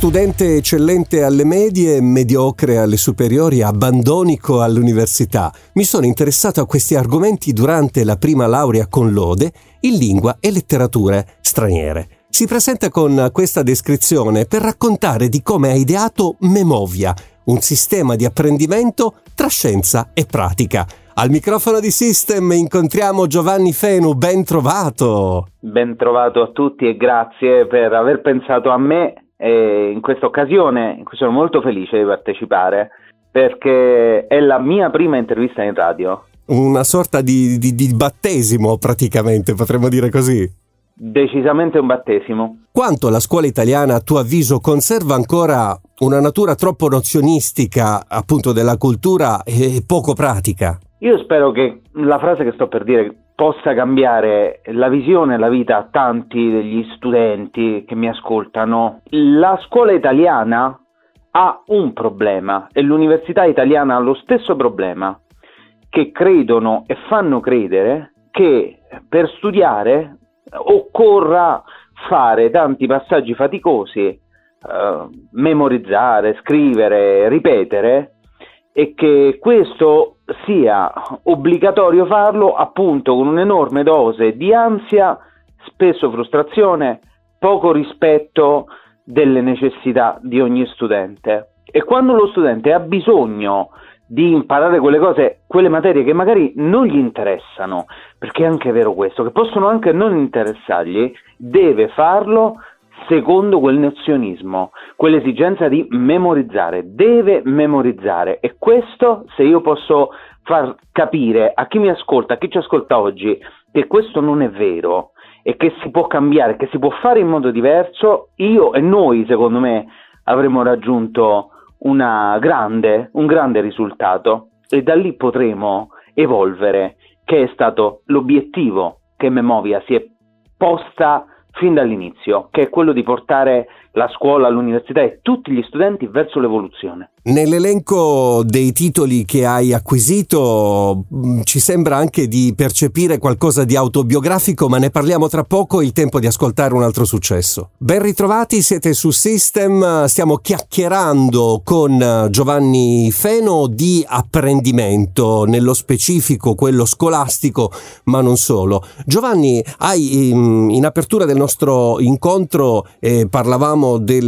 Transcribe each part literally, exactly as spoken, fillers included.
studente eccellente alle medie, mediocre alle superiori, abbandonico all'università. Mi sono interessato a questi argomenti durante la prima laurea con lode in lingua e letterature straniere. Si presenta con questa descrizione per raccontare di come ha ideato Memovia, un sistema di apprendimento tra scienza e pratica. Al microfono di System incontriamo Giovanni Fenu, ben trovato! Ben trovato a tutti e grazie per aver pensato a me e in questa occasione, in cui sono molto felice di partecipare, perché è la mia prima intervista in radio. Una sorta di, di, di battesimo praticamente, potremmo dire così. Decisamente un battesimo. Quanto la scuola italiana, a tuo avviso, conserva ancora una natura troppo nozionistica, appunto, della cultura e poco pratica? Io spero che la frase che sto per dire possa cambiare la visione e la vita a tanti degli studenti che mi ascoltano. La scuola italiana ha un problema e l'università italiana ha lo stesso problema, che credono e fanno credere che per studiare occorra fare tanti passaggi faticosi, eh, memorizzare, scrivere, ripetere, e che questo sia obbligatorio farlo appunto con un'enorme dose di ansia, spesso frustrazione, poco rispetto delle necessità di ogni studente. E quando lo studente ha bisogno di imparare quelle cose, quelle materie che magari non gli interessano, perché è anche vero questo, che possono anche non interessargli, deve farlo secondo quel nozionismo, quell'esigenza di memorizzare, deve memorizzare. E questo, se io posso far capire a chi mi ascolta, a chi ci ascolta oggi, che questo non è vero e che si può cambiare, che si può fare in modo diverso, io e noi, secondo me, avremo raggiunto una grande, un grande risultato e da lì potremo evolvere, che è stato l'obiettivo che Memovia si è posta fin dall'inizio, che è quello di portare la scuola, l'università e tutti gli studenti verso l'evoluzione. Nell'elenco dei titoli che hai acquisito mh, ci sembra anche di percepire qualcosa di autobiografico, ma ne parliamo tra poco, il tempo di ascoltare un altro successo. Ben ritrovati, siete su System, stiamo chiacchierando con Giovanni Fenu di apprendimento, nello specifico quello scolastico, ma non solo. Giovanni, hai in, in apertura del nostro incontro eh, parlavamo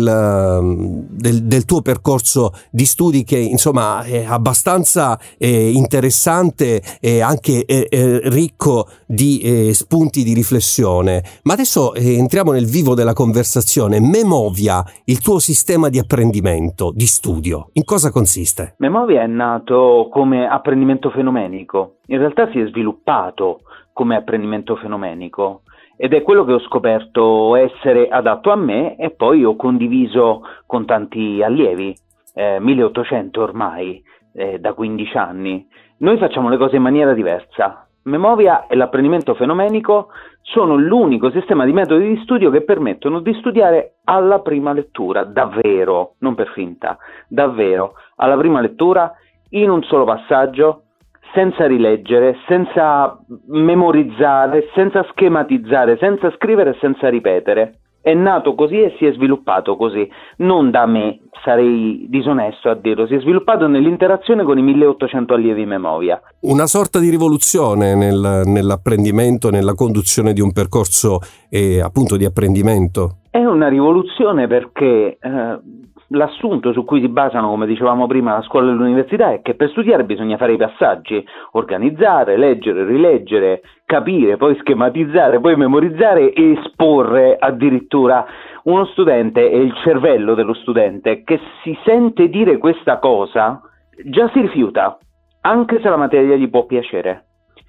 del, del, del tuo percorso di studi che insomma è abbastanza eh, interessante e anche eh, eh, ricco di eh, spunti di riflessione. Ma adesso eh, entriamo nel vivo della conversazione. Memovia, il tuo sistema di apprendimento, di studio, in cosa consiste? Memovia è nato come apprendimento fenomenico, in realtà si è sviluppato come apprendimento fenomenico ed è quello che ho scoperto essere adatto a me e poi ho condiviso con tanti allievi. Eh, milleottocento ormai, eh, da quindici anni. Noi facciamo le cose in maniera diversa. Memovia e l'apprendimento fenomenico sono l'unico sistema di metodi di studio che permettono di studiare alla prima lettura, davvero, non per finta, davvero, alla prima lettura, in un solo passaggio, senza rileggere, senza memorizzare, senza schematizzare, senza scrivere, senza ripetere. È nato così e si è sviluppato così, non da me, sarei disonesto a dirlo, si è sviluppato nell'interazione con i milleottocento allievi Memovia. Una sorta di rivoluzione nel, nell'apprendimento, nella conduzione di un percorso eh, appunto di apprendimento. È una rivoluzione perché eh, l'assunto su cui si basano, come dicevamo prima, la scuola e l'università è che per studiare bisogna fare i passaggi, organizzare, leggere, rileggere, capire, poi schematizzare, poi memorizzare e esporre addirittura. Uno studente e il cervello dello studente che si sente dire questa cosa già si rifiuta, anche se la materia gli può piacere.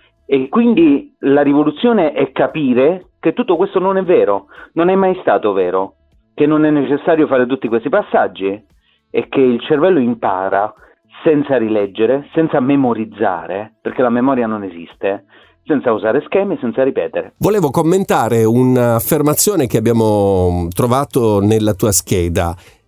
E quindi la rivoluzione è capire che tutto questo non è vero, non è mai stato vero, che non è necessario fare tutti questi passaggi e che il cervello impara senza rileggere, senza memorizzare, perché la memoria non esiste, senza usare schemi, senza ripetere. Volevo commentare un'affermazione che abbiamo trovato nella tua scheda.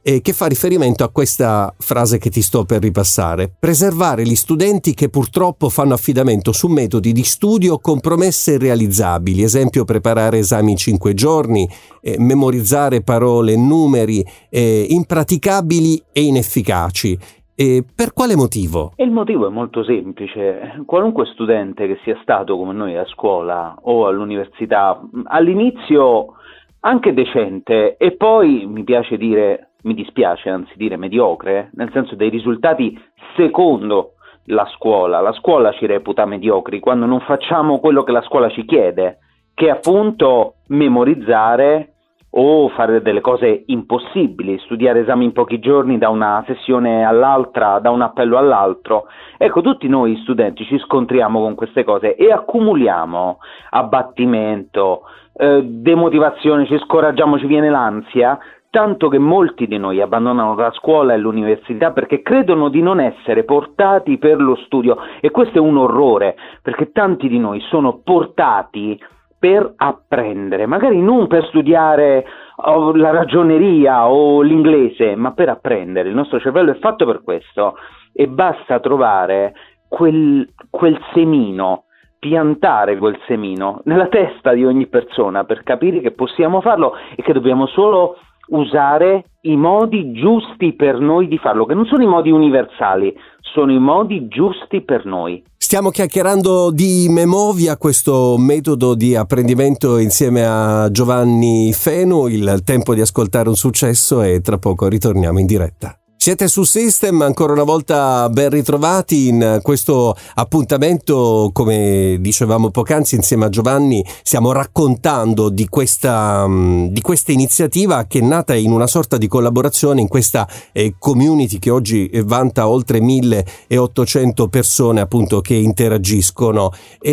eh, che fa riferimento a questa frase che ti sto per ripassare: preservare gli studenti che purtroppo fanno affidamento su metodi di studio con promesse irrealizzabili, esempio preparare esami in cinque giorni, eh, memorizzare parole e numeri, eh, impraticabili e inefficaci. E per quale motivo? E il motivo è molto semplice. Qualunque studente che sia stato come noi a scuola o all'università, all'inizio anche decente e poi, mi piace dire, mi dispiace anzi dire mediocre, nel senso dei risultati secondo la scuola. La scuola ci reputa mediocri quando non facciamo quello che la scuola ci chiede, che è appunto memorizzare o fare delle cose impossibili, studiare esami in pochi giorni da una sessione all'altra, da un appello all'altro. Ecco, tutti noi studenti ci scontriamo con queste cose e accumuliamo abbattimento, eh, demotivazione, ci scoraggiamo, ci viene l'ansia, tanto che molti di noi abbandonano la scuola e l'università perché credono di non essere portati per lo studio, e questo è un orrore, perché tanti di noi sono portati per apprendere, magari non per studiare oh, la ragioneria o l'inglese, ma per apprendere. Il nostro cervello è fatto per questo e basta trovare quel, quel semino, piantare quel semino nella testa di ogni persona per capire che possiamo farlo e che dobbiamo solo usare i modi giusti per noi di farlo, che non sono i modi universali, sono i modi giusti per noi. Stiamo chiacchierando di Memovia, questo metodo di apprendimento insieme a Giovanni Fenu. Il tempo di ascoltare un successo e tra poco ritorniamo in diretta. Siete su System, ancora una volta ben ritrovati in questo appuntamento. Come dicevamo poc'anzi, insieme a Giovanni stiamo raccontando di questa, di questa iniziativa che è nata in una sorta di collaborazione in questa eh, community che oggi vanta oltre milleottocento persone appunto che interagiscono.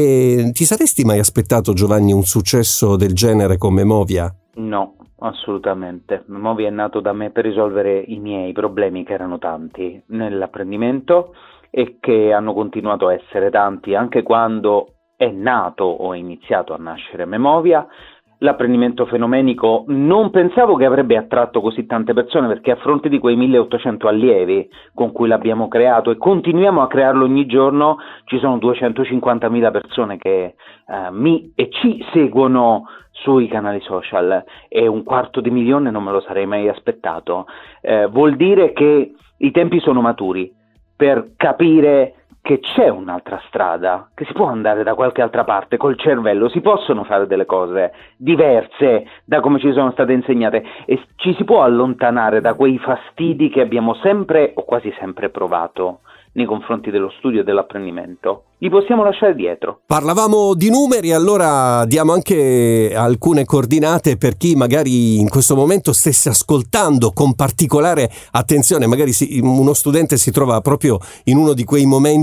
E ti saresti mai aspettato, Giovanni, un successo del genere con Memovia? No. Assolutamente. Memovia è nato da me per risolvere i miei problemi, che erano tanti nell'apprendimento e che hanno continuato a essere tanti anche quando è nato o è iniziato a nascere Memovia. L'apprendimento fenomenico non pensavo che avrebbe attratto così tante persone, perché a fronte di quei milleottocento allievi con cui l'abbiamo creato e continuiamo a crearlo ogni giorno, ci sono duecentocinquantamila persone che eh, mi e ci seguono sui canali social, e un quarto di milione non me lo sarei mai aspettato. Eh, vuol dire che i tempi sono maturi per capire che c'è un'altra strada, che si può andare da qualche altra parte col cervello, si possono fare delle cose diverse da come ci sono state insegnate e ci si può allontanare da quei fastidi che abbiamo sempre o quasi sempre provato nei confronti dello studio e dell'apprendimento. Li possiamo lasciare dietro. Parlavamo di numeri, allora diamo anche alcune coordinate per chi magari in questo momento stesse ascoltando con particolare attenzione. Magari si, uno studente si trova proprio in uno di quei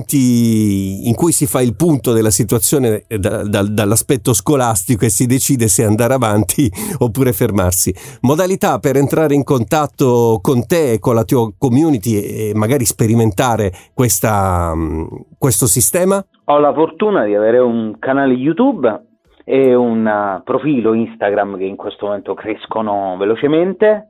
momenti in cui si fa il punto della situazione da, da, dall'aspetto scolastico e si decide se andare avanti oppure fermarsi. Modalità per entrare in contatto con te e con la tua community e magari sperimentare questa, questo sistema? Ho la fortuna di avere un canale YouTube e un uh, profilo Instagram che in questo momento crescono velocemente.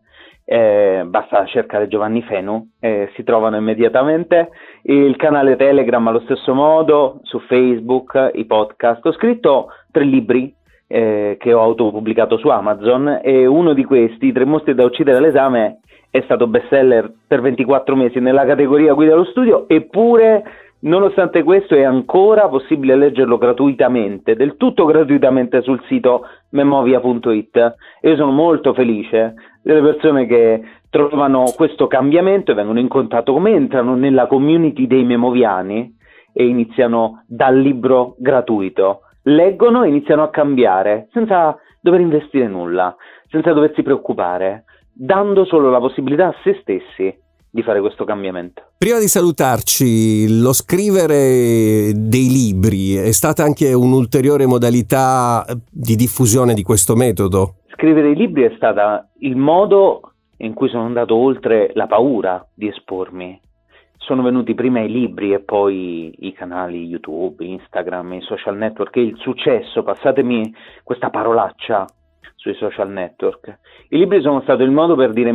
Eh, basta cercare Giovanni Fenu e eh, si trovano immediatamente. Il canale Telegram allo stesso modo, su Facebook, i podcast. Ho scritto tre libri eh, che ho autopubblicato su Amazon e uno di questi, Tre mostri da uccidere all'esame, è stato bestseller per ventiquattro mesi nella categoria guida allo studio, eppure nonostante questo è ancora possibile leggerlo gratuitamente, del tutto gratuitamente sul sito memovia punto it. E io sono molto felice delle persone che trovano questo cambiamento e vengono in contatto con me, entrano nella community dei memoviani e iniziano dal libro gratuito, leggono e iniziano a cambiare senza dover investire nulla, senza doversi preoccupare, dando solo la possibilità a se stessi di fare questo cambiamento. Prima di salutarci, lo scrivere dei libri è stata anche un'ulteriore modalità di diffusione di questo metodo? Scrivere i libri è stata il modo in cui sono andato oltre la paura di espormi. Sono venuti prima i libri e poi i canali YouTube, Instagram, i social network e il successo, passatemi questa parolaccia, sui social network. I libri sono stato il modo per dire mi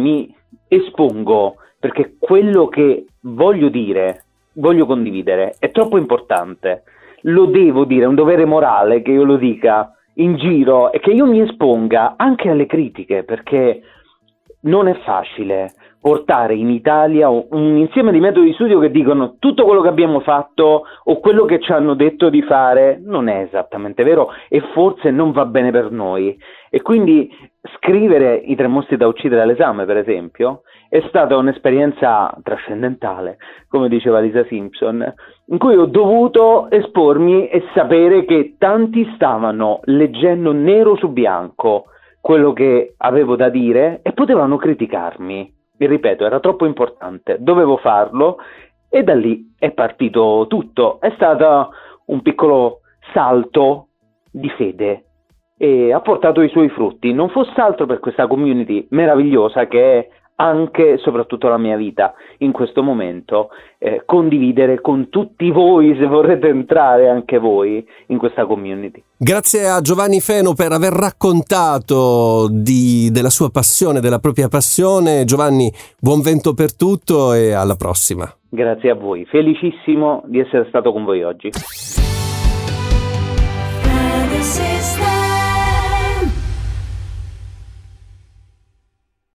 espongo perché quello che voglio dire, voglio condividere, è troppo importante. Lo devo dire, è un dovere morale che io lo dica in giro e che io mi esponga anche alle critiche, perché non è facile portare in Italia un insieme di metodi di studio che dicono tutto quello che abbiamo fatto o quello che ci hanno detto di fare non è esattamente vero e forse non va bene per noi. E quindi scrivere I tre mostri da uccidere all'esame, per esempio, è stata un'esperienza trascendentale, come diceva Lisa Simpson, in cui ho dovuto espormi e sapere che tanti stavano leggendo nero su bianco quello che avevo da dire e potevano criticarmi. E ripeto, era troppo importante, dovevo farlo e da lì è partito tutto. È stato un piccolo salto di fede e ha portato i suoi frutti. Non fosse altro per questa community meravigliosa che è anche e soprattutto la mia vita in questo momento, eh, condividere con tutti voi, se vorrete entrare anche voi in questa community. Grazie a Giovanni Feno per aver raccontato di, della sua passione, della propria passione. Giovanni, buon vento per tutto e alla prossima. Grazie a voi, felicissimo di essere stato con voi oggi.